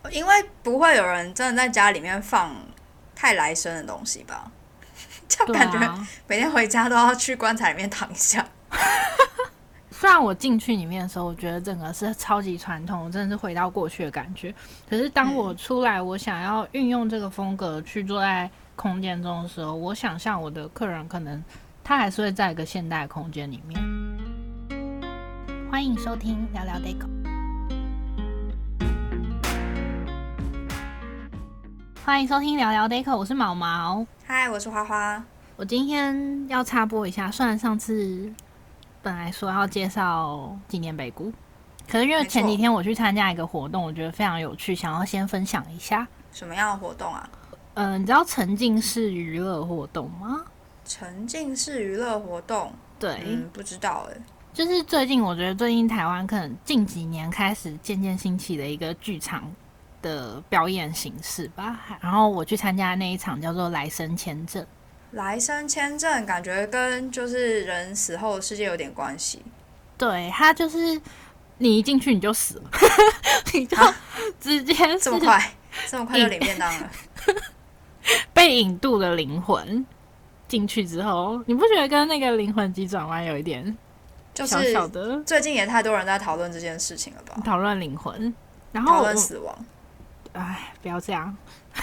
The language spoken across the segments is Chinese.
因为不会有人真的在家里面放太来生的东西吧？就感觉每天回家都要去棺材里面躺一下。 虽然我进去里面的时候，我觉得整个是超级传统，我真的是回到过去的感觉。可是当我出来，我想要运用这个风格去坐在空间中的时候，我想象我的客人可能他还是会在一个现代空间里面。欢迎收听聊聊 Deco， 欢迎收听聊聊 Deco， 我是毛毛。 嗨，我是花花。 我今天要插播一下，虽然上次本来说要介绍纪念北谷，可是因为前几天我去参加一个活动，我觉得非常有趣，想要先分享一下。 什么样的活动啊？ 你知道沉浸式娱乐活动吗？ 沉浸式娱乐活动？ 对， 不知道哎。 就是最近我觉得最近台湾可能近几年开始渐渐兴起的一个剧场的表演形式吧。然后我去参加那一场叫做来生签证。 来生签证感觉跟就是人死后的世界有点关系。 对，它就是你一进去你就死了，你就直接这么快就领便当了。 被引渡的灵魂进去之后，你不觉得跟那个灵魂急转弯有一点小小的？ 就是最近也太多人在讨论这件事情了吧？ 讨论灵魂，然后讨论死亡。 哎，不要这样。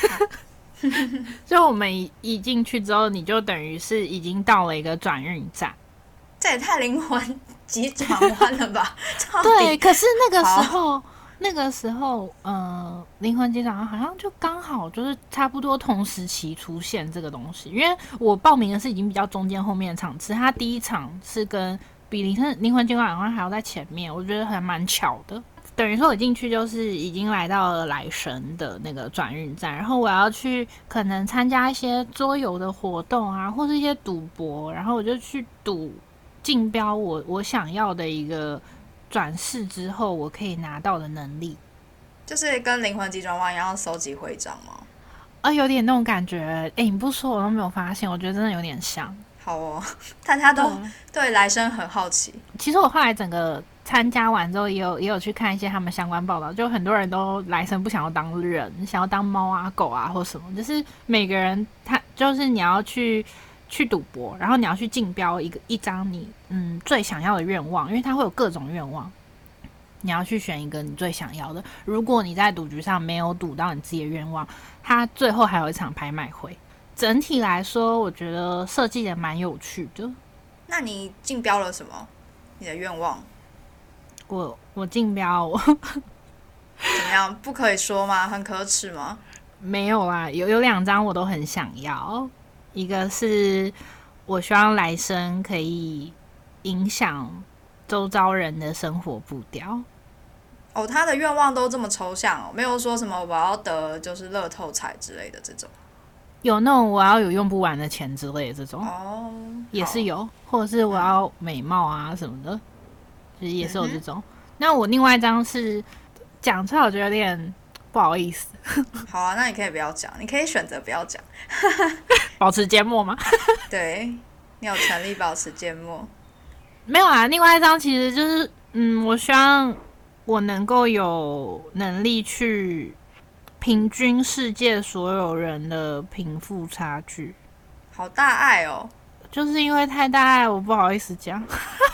就我们一进去之后，你就等于是已经到了一个转运站。 这也太灵魂急转弯了吧？ 对，可是那个时候，灵魂急转弯好像就刚好就是差不多同时期出现这个东西。因为我报名的是已经比较中间后面的场次，它第一场是跟比灵魂急转弯还要在前面，我觉得还蛮巧的。等于说我进去就是已经来到了来生的那个转运站，然后我要去可能参加一些桌游的活动啊，或是一些赌博，然后我就去赌竞标我想要的一个转世之后我可以拿到的能力。 就是跟灵魂急转弯一样收集徽章吗？ 有点那种感觉。你不说我都没有发现，我觉得真的有点像。 好哦，大家都对来生很好奇。 其实我后来整个参加完之后也有去看一些他们相关报道，就很多人都来生不想要当人，想要当猫啊狗啊或什么，就是每个人他就是你要去赌博，然后你要去竞标一张你最想要的愿望，因为它会有各种愿望，你要去选一个你最想要的。如果你在赌局上没有赌到你自己的愿望，它最后还有一场拍卖会。整体来说我觉得设计的蛮有趣的。 那你竞标了什么？你的愿望？ 我竞标怎么样？不可以说吗？很可耻吗？ 没有啦，有两张我都很想要。一个是我希望来生可以影响周遭人的生活步调。 哦，他的愿望都这么抽象哦，没有说什么我要得就是乐透彩之类的这种。 有那种我要有用不完的钱之类的这种，也是有，或者是我要美貌啊什么的，就是也是有这种。那我另外一张是讲出来，我觉得有点不好意思。 好啊，那你可以不要讲，你可以选择不要讲。 保持缄默吗？ 对，你有权利保持缄默。 没有啊，另外一张其实就是，我希望我能够有能力去平均世界所有人的贫富差距。 好大爱哦！ 就是因为太大爱，我不好意思讲。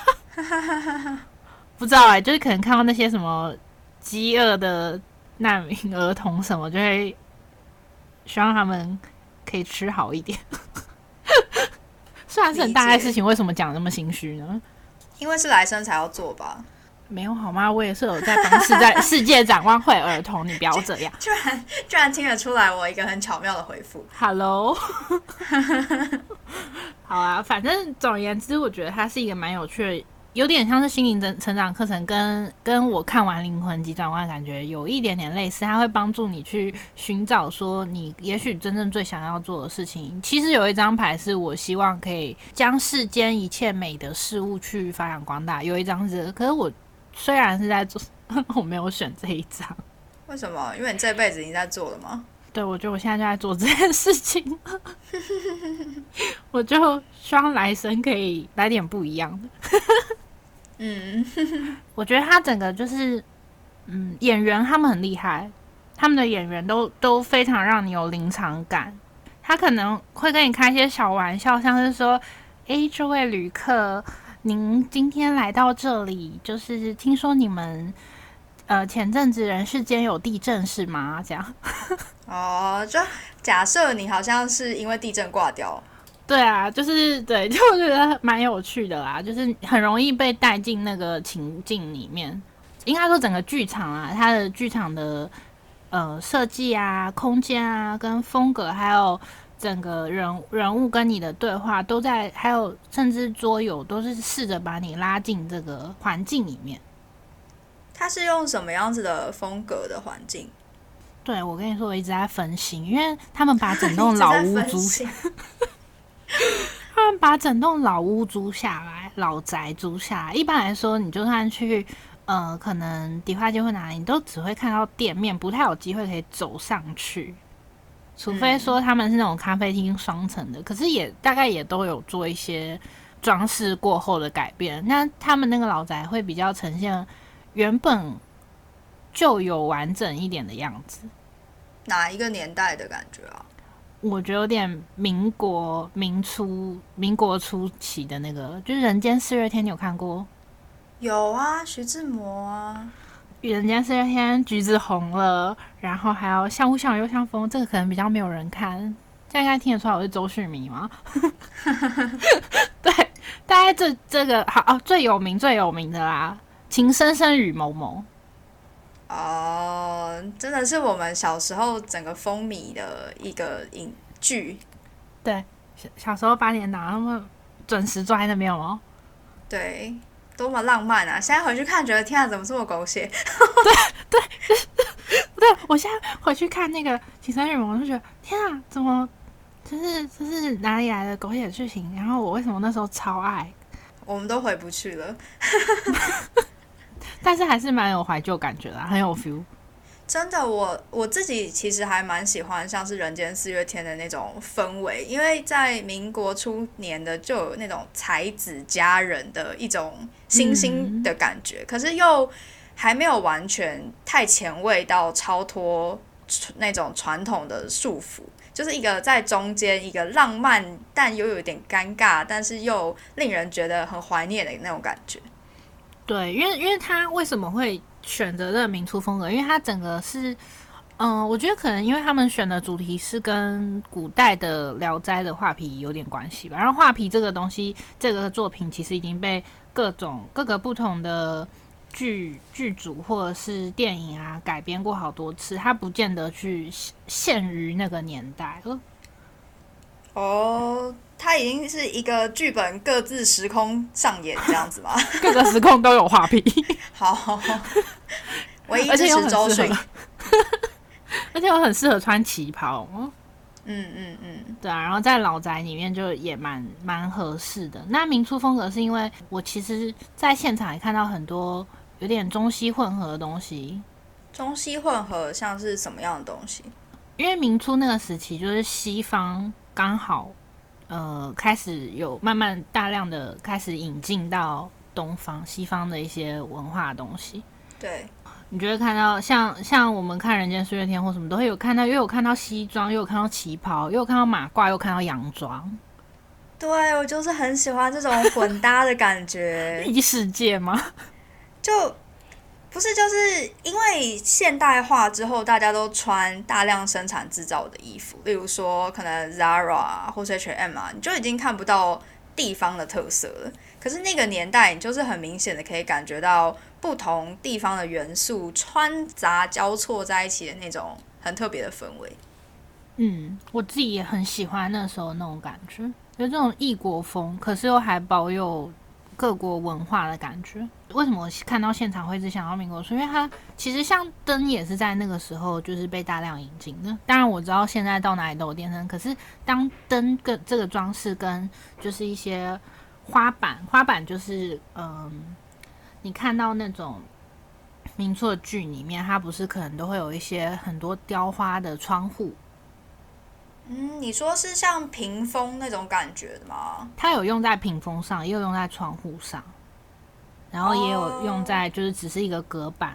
不知道就是可能看到那些什么饥饿的难民儿童什么，就会希望他们可以吃好一点。虽然是很大爱的事情，为什么讲那么心虚呢？ 因为是来生才要做吧。 没有好吗？我也是有在帮世界展望会儿童，你不要这样。 居然听得出来我一个很巧妙的回复。 Hello， 好啊，反正总而言之，我觉得它是一个蛮有趣的，有点像是心灵成长课程，跟我看完《灵魂急转弯》感觉有一点点类似。它会帮助你去寻找说你也许真正最想要做的事情。其实有一张牌是我希望可以将世间一切美的事物去发扬光大，有一张是，可是我虽然是在做，我没有选这一张。 为什么？因为你这辈子已经在做了吗？ 对，我觉得我现在就在做这件事情。我就希望来生可以来点不一样的。我觉得他整个就是，演员他们很厉害， 他们的演员都非常让你有临场感。他可能会跟你开一些小玩笑，像是说，这位旅客，您今天来到这里，就是听说你们前阵子人世间有地震是吗？这样。 哦，就假设你好像是因为地震挂掉。 对啊，就是对，就我觉得蛮有趣的啦，就是很容易被带进那个情境里面。应该说整个剧场啊，它的剧场的设计啊、空间啊、跟风格，还有整个人物跟你的对话都在，还有甚至桌游都是试着把你拉进这个环境里面。 它是用什么样子的风格的环境？ 对，我跟你说，我一直在分心，因为他们把整栋老屋租他们把整栋老屋租下来，老宅租下来。一般来说，你就算去可能迪化街或哪里，你都只会看到店面，不太有机会可以走上去。除非说他们是那种咖啡厅双层的，可是也大概也都有做一些装饰过后的改变。那他们那个老宅会比较呈现原本就有完整一点的样子。 哪一个年代的感觉啊？ 我觉得有点民国初期的那个，就是《人间四月天》，你有看过？ 有啊，徐志摩啊。 人间四月天，橘子红了，然后还有像雾像雨又像风，这个可能比较没有人看，这样应该听得出来我是周迅迷吗？对，大概这个好哦，最有名的啦，情深深雨蒙蒙。 哦，真的是我们小时候整个风靡的一个影剧。 对，小时候8点档，他们准时坐在那边哦。 对，多么浪漫啊！现在回去看，觉得天啊，怎么这么狗血？ 对，我现在回去看那个《情深深雨蒙蒙》，就觉得天啊，怎么这是哪里来的狗血剧情？然后我为什么那时候超爱？ 我们都回不去了。 但是还是蛮有怀旧感觉的，很有 feel。 真的，我自己其实还蛮喜欢像是《人间四月天》的那种氛围，因为在民国初年的就有那种才子佳人的一种新兴的感觉，可是又还没有完全太前卫到超脱那种传统的束缚，就是一个在中间一个浪漫但又有点尴尬，但是又令人觉得很怀念的那种感觉。 对，因为他为什么会选择这个民初风格？因为他整个是，我觉得可能因为他们选的主题是跟古代的《聊斋》的画皮有点关系吧。然后画皮这个东西，这个作品其实已经被各个不同的剧组或者是电影啊改编过好多次，它不见得去限于那个年代了。 哦，它已经是一个剧本各自时空上演这样子吗？ 各个时空都有画皮。 好，唯一支持周迅。 而且又很适合穿旗袍。对啊，然后在老宅里面就也蛮合适的。那民初风格是因为我其实在现场也看到很多有点中西混合的东西。 中西混合像是什么样的东西？ 因为民初那个时期就是西方刚好开始有慢慢大量的开始引进到东方西方的一些文化的东西。 对， 你就会看到像我们看《人间四月天》或什么都会有看到，又有看到西装，又有看到旗袍，又有看到马褂，又有看到洋装。 对，我就是很喜欢这种混搭的感觉。 异世界吗？ 就不是，就是因为现代化之后，大家都穿大量生产制造的衣服，例如说可能 Zara 或是 H&M 啊，你就已经看不到地方的特色了。可是那个年代，你就是很明显的可以感觉到不同地方的元素穿杂交错在一起的那种很特别的氛围。 我自己也很喜欢那时候那种感觉，有这种异国风，可是又还保有各国文化的感觉。为什么我看到现场会一直想到民国初？因为它其实像灯也是在那个时候就是被大量引进的。当然我知道现在到哪里都有电灯，可是当灯跟这个装饰跟就是一些花板就是你看到那种民初的剧里面，它不是可能都会有一些很多雕花的窗户。 你说是像屏风那种感觉的吗？ 它有用在屏风上，也有用在窗户上，然后也有用在就是只是一个隔板，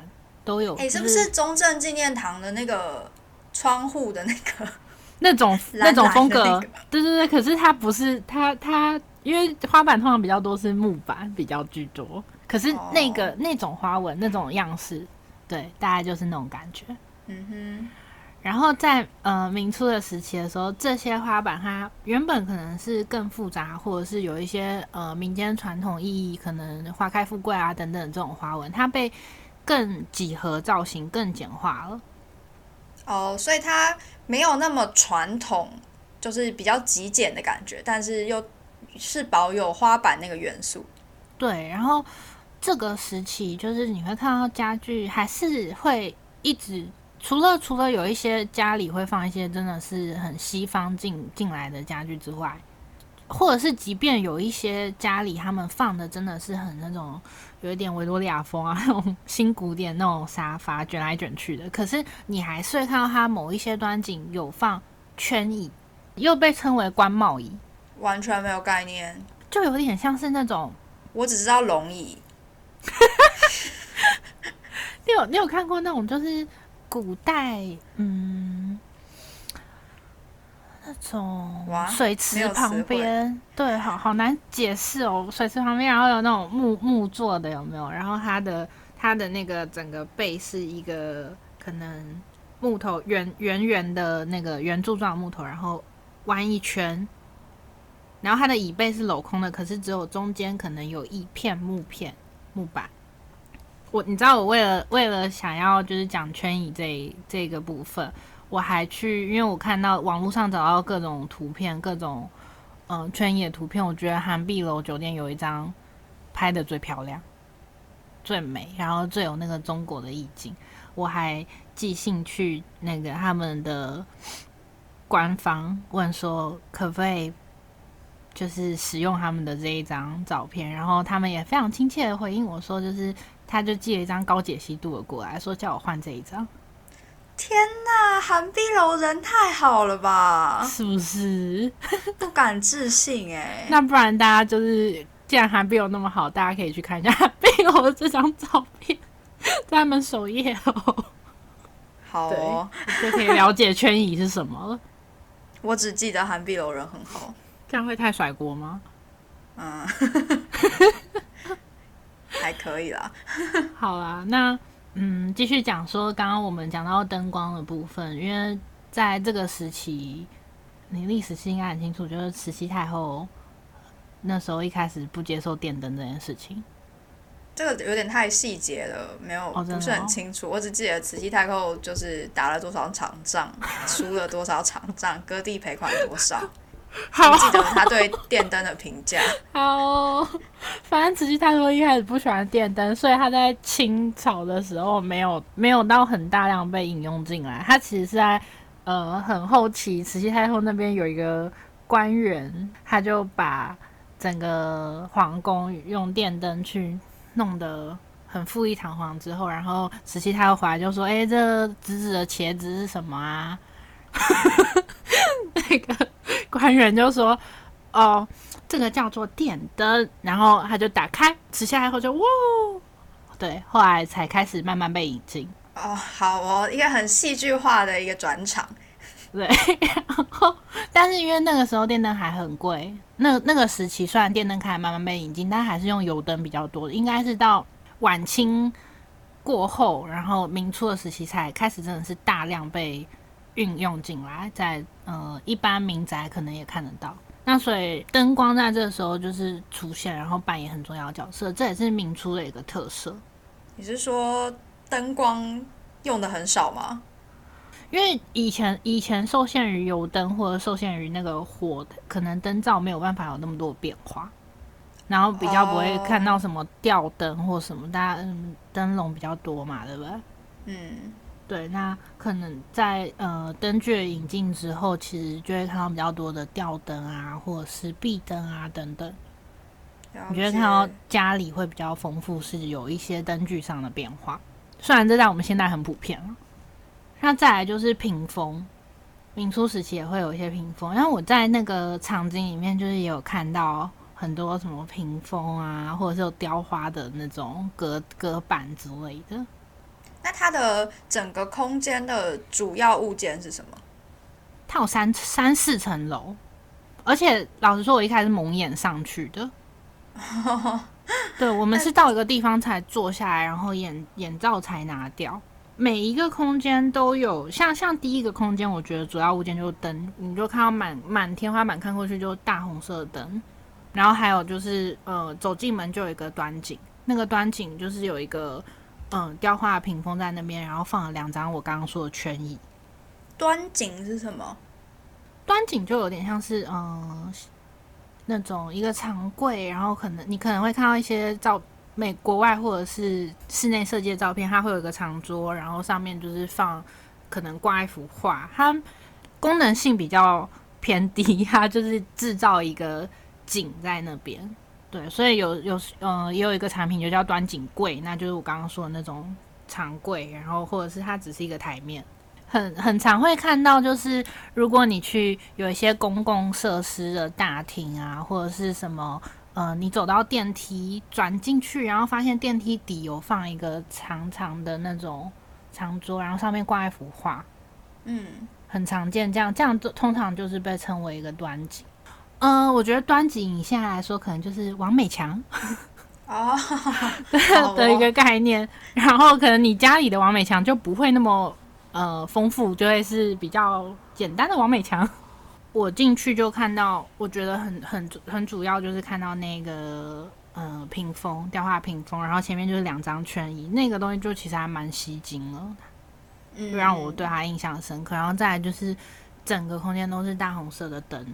都有。 是不是中正纪念堂的那个窗户的那个那种风格？ 蓝蓝对对对，可是它不是它，因为花板通常比较多是木板比较居多，可是那种花纹那种样式，对，大概就是那种感觉。然后在明初的时期的时候，这些花板它原本可能是更复杂，或者是有一些民间传统意义，可能花开富贵啊等等这种花纹，它被更几何造型更简化了。 所以它没有那么传统，就是比较极简的感觉，但是又是保有花板那个元素。 对，然后这个时期就是你会看到家具还是会一直。除了有一些家里会放一些真的是很西方进来的家具之外，或者是即便有一些家里他们放的真的是很那种有一点维多利亚风啊，那种新古典那种沙发卷来卷去的，可是你还是会看到它某一些端景有放圈椅，又被称为官帽椅， 完全没有概念， 就有点像是那种， 我只知道龙椅。 你有看过那种就是古代那种水池旁边，对，好难解释哦。水池旁边，然后有那种木做的，有没有？然后它的那个整个背是一个可能木头圆的那个圆柱状的木头，然后弯一圈，然后它的椅背是镂空的，可是只有中间可能有一片木板。你知道我为了想要就是讲圈椅这个部分，我还去，因为我看到网络上找到各种图片，各种圈椅的图片，我觉得涵碧楼酒店有一张拍的最漂亮、最美，然后最有那个中国的意境。我还寄信去那个他们的官方问说，可不可以就是使用他们的这一张照片，然后他们也非常亲切的回应我说，就是他就寄了一张高解析度的过来，说叫我换这一张。 天哪，涵碧楼人太好了吧？ 是不是？ 不敢置信那不然大家就是既然涵碧楼那么好，大家可以去看一下涵碧楼的这张照片，在他们首页哦。 好哦， 就可以了解圈椅是什么了。 我只记得涵碧楼人很好。 这样会太甩锅吗？ 还可以啦。 好啦，那继续讲说，刚刚我们讲到灯光的部分，因为在这个时期，你历史系应该很清楚，就是慈禧太后那时候一开始不接受电灯这件事情。 这个有点太细节了，没有、不是很清楚。我只记得慈禧太后就是打了多少场仗，输了多少场仗，割地赔款多少。 好， 记得他对电灯的评价。 好，反正慈禧太后一开始不喜欢电灯，所以他在清朝的时候没有到很大量被引用进来。他其实是在很后期，慈禧太后那边有一个官员，他就把整个皇宫用电灯去弄得很富丽堂皇之后，然后慈禧太后回来就说：“这紫紫的茄子是什么啊？”那个官员就说：“哦，这个叫做电灯。”然后他就打开，吃下来后就哇，对，后来才开始慢慢被引进。 好哦，一个很戏剧化的一个转场。 对，然后但是因为那个时候电灯还很贵，那个时期虽然电灯开始慢慢被引进，但还是用油灯比较多的，应该是到晚清过后，然后明初的时期才开始真的是大量被运用进来，在一般民宅可能也看得到。那所以灯光在这个时候就是出现，然后扮演很重要的角色，这也是明初的一个特色。 你是说灯光用的很少吗？ 因为以前受限于油灯或者受限于那个火，可能灯罩没有办法有那么多的变化，然后比较不会看到什么吊灯或什么，大家灯笼比较多嘛，对不对？对，那可能在灯具的引进之后，其实就会看到比较多的吊灯啊，或者是壁灯啊等等。你就会看到家里会比较丰富，是有一些灯具上的变化。虽然这在我们现在很普遍了。那再来就是屏风，明初时期也会有一些屏风。然后我在那个场景里面，就是也有看到很多什么屏风啊，或者是有雕花的那种隔板之类的。 那它的整个空间的主要物件是什么？ 它有三四层楼，而且老实说，我一开始蒙眼上去的。对，我们是到一个地方才坐下来，然后眼罩才拿掉。每一个空间都有，像第一个空间，我觉得主要物件就是灯，你就看到满天花板看过去就大红色的灯，然后还有就是走进门就有一个端景，那个端景就是有一个雕花的屏风在那边，然后放了2张我刚刚说的圈椅。 端景是什么？ 端景就有点像是那种一个长柜，然后你可能会看到一些国外或者是室内设计的照片，它会有一个长桌，然后上面就是可能挂一幅画，它功能性比较偏低，它就是制造一个景在那边。对，所以也有一个产品就叫端景柜，那就是我刚刚说的那种长柜，然后或者是它只是一个台面。很常会看到，就是如果你去有一些公共设施的大厅啊，或者是什么你走到电梯转进去，然后发现电梯底有放一个长长的那种长桌，然后上面挂一幅画，很常见。这样通常就是被称为一个端景。我觉得端景以现在来说，可能就是王美强的一个概念。然后可能你家里的王美强就不会那么丰富，就会是比较简单的王美强。我进去就看到，我觉得很主要就是看到那个屏风，雕花屏风，然后前面就是2张圈椅，那个东西就其实还蛮吸睛了，就让我对它印象深刻。然后再来就是整个空间都是大红色的灯，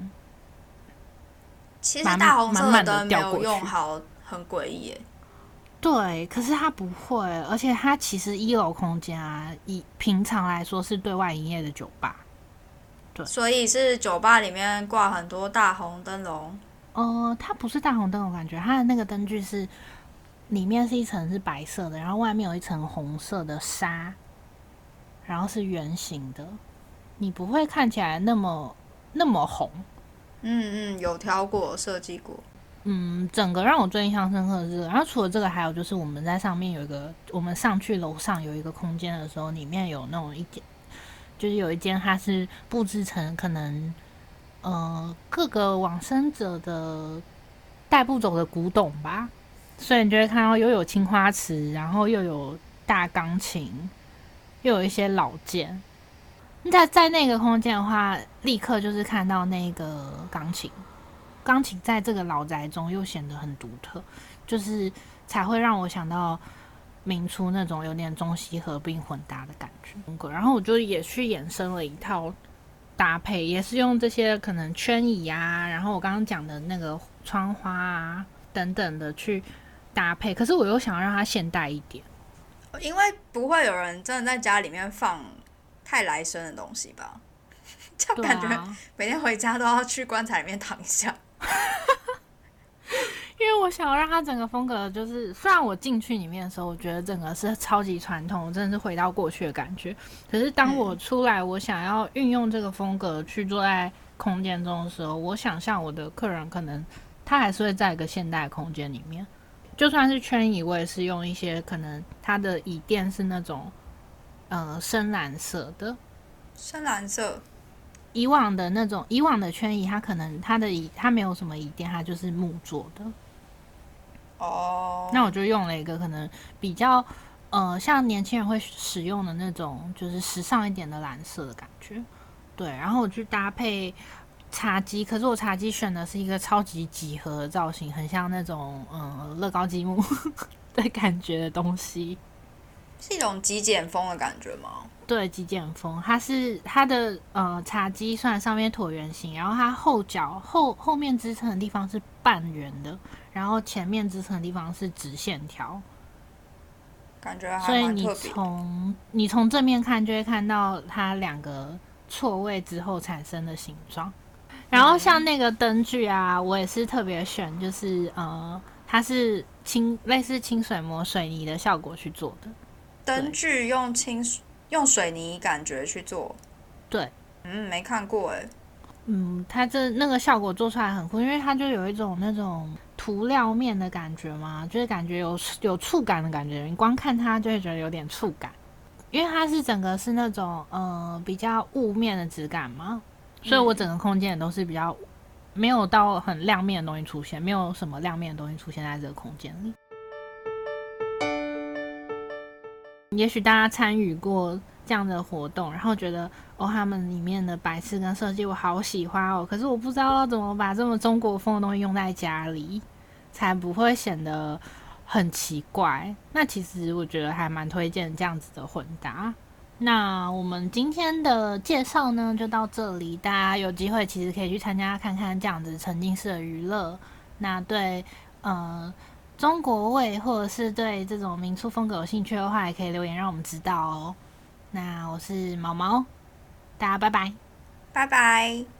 其实大红色的灯没有用好，很诡异耶。 对，可是它不会，而且它其实1楼空间啊，以平常来说是对外营业的酒吧。对， 所以是酒吧里面挂很多大红灯笼。 它不是大红灯，我感觉它的那个灯具是里面是一层是白色的，然后外面有一层红色的纱，然后是圆形的，你不会看起来那么红。 有挑过设计过。 整个让我最印象深刻的是这个，然后除了这个，还有就是我们在上面我们上去楼上有一个空间的时候，里面有那种就是有一间它是布置成可能各个往生者的带不走的古董吧，所以你就会看到又有青花瓷，然后又有大钢琴，又有一些老件。在那个空间的话，立刻就是看到那个钢琴在这个老宅中又显得很独特，就是才会让我想到明初那种有点中西合并混搭的感觉。然后我就也去衍生了一套搭配，也是用这些可能圈椅啊，然后我刚刚讲的那个窗花啊等等的去搭配，可是我又想要让它现代一点， 因为不会有人真的在家里面放太来生的东西吧？这样感觉每天回家都要去棺材里面躺一下。 因为我想要让它整个风格就是，虽然我进去里面的时候，我觉得整个是超级传统，真的是回到过去的感觉。可是当我出来，我想要运用这个风格去坐在空间中的时候，我想象我的客人可能他还是会在一个现代空间里面，就算是圈椅，我也是用一些可能它的椅垫是那种深蓝色的， 深蓝色。 以往的圈椅，它可能它没有什么椅垫，它就是木做的。那我就用了一个可能比较像年轻人会使用的那种，就是时尚一点的蓝色的感觉。对，然后我去搭配茶几，可是我茶几选的是一个超级几何的造型，很像那种乐高积木的感觉的东西。 是一种极简风的感觉吗？ 对，极简风，它的茶几虽然上面椭圆形，然后它后面支撑的地方是半圆的，然后前面支撑的地方是直线条， 感觉还蛮特别的。 所以你从正面看就会看到它2个错位之后产生的形状。然后像那个灯具啊，我也是特别选，就是它是类似清水模水泥的效果去做的。 灯具用水泥感觉去做。 对， 没看过哎。 它那个效果做出来很酷，因为它就有一种那种涂料面的感觉嘛，就是感觉有触感的感觉，你光看它就会觉得有点触感。 因为它是整个是那种比较雾面的质感嘛，所以我整个空间也都是比较没有到很亮面的东西出现，没有什么亮面的东西出现在这个空间里。也许大家参与过这样的活动，然后觉得他们里面的摆饰跟设计我好喜欢哦，可是我不知道要怎么把这么中国风的东西用在家里，才不会显得很奇怪。那其实我觉得还蛮推荐这样子的混搭。那我们今天的介绍呢就到这里，大家有机会其实可以去参加看看这样子沉浸式的娱乐。那对中国味或者是对这种民宿风格有兴趣的话，也可以留言让我们知道哦。那我是毛毛，大家拜拜， 拜拜。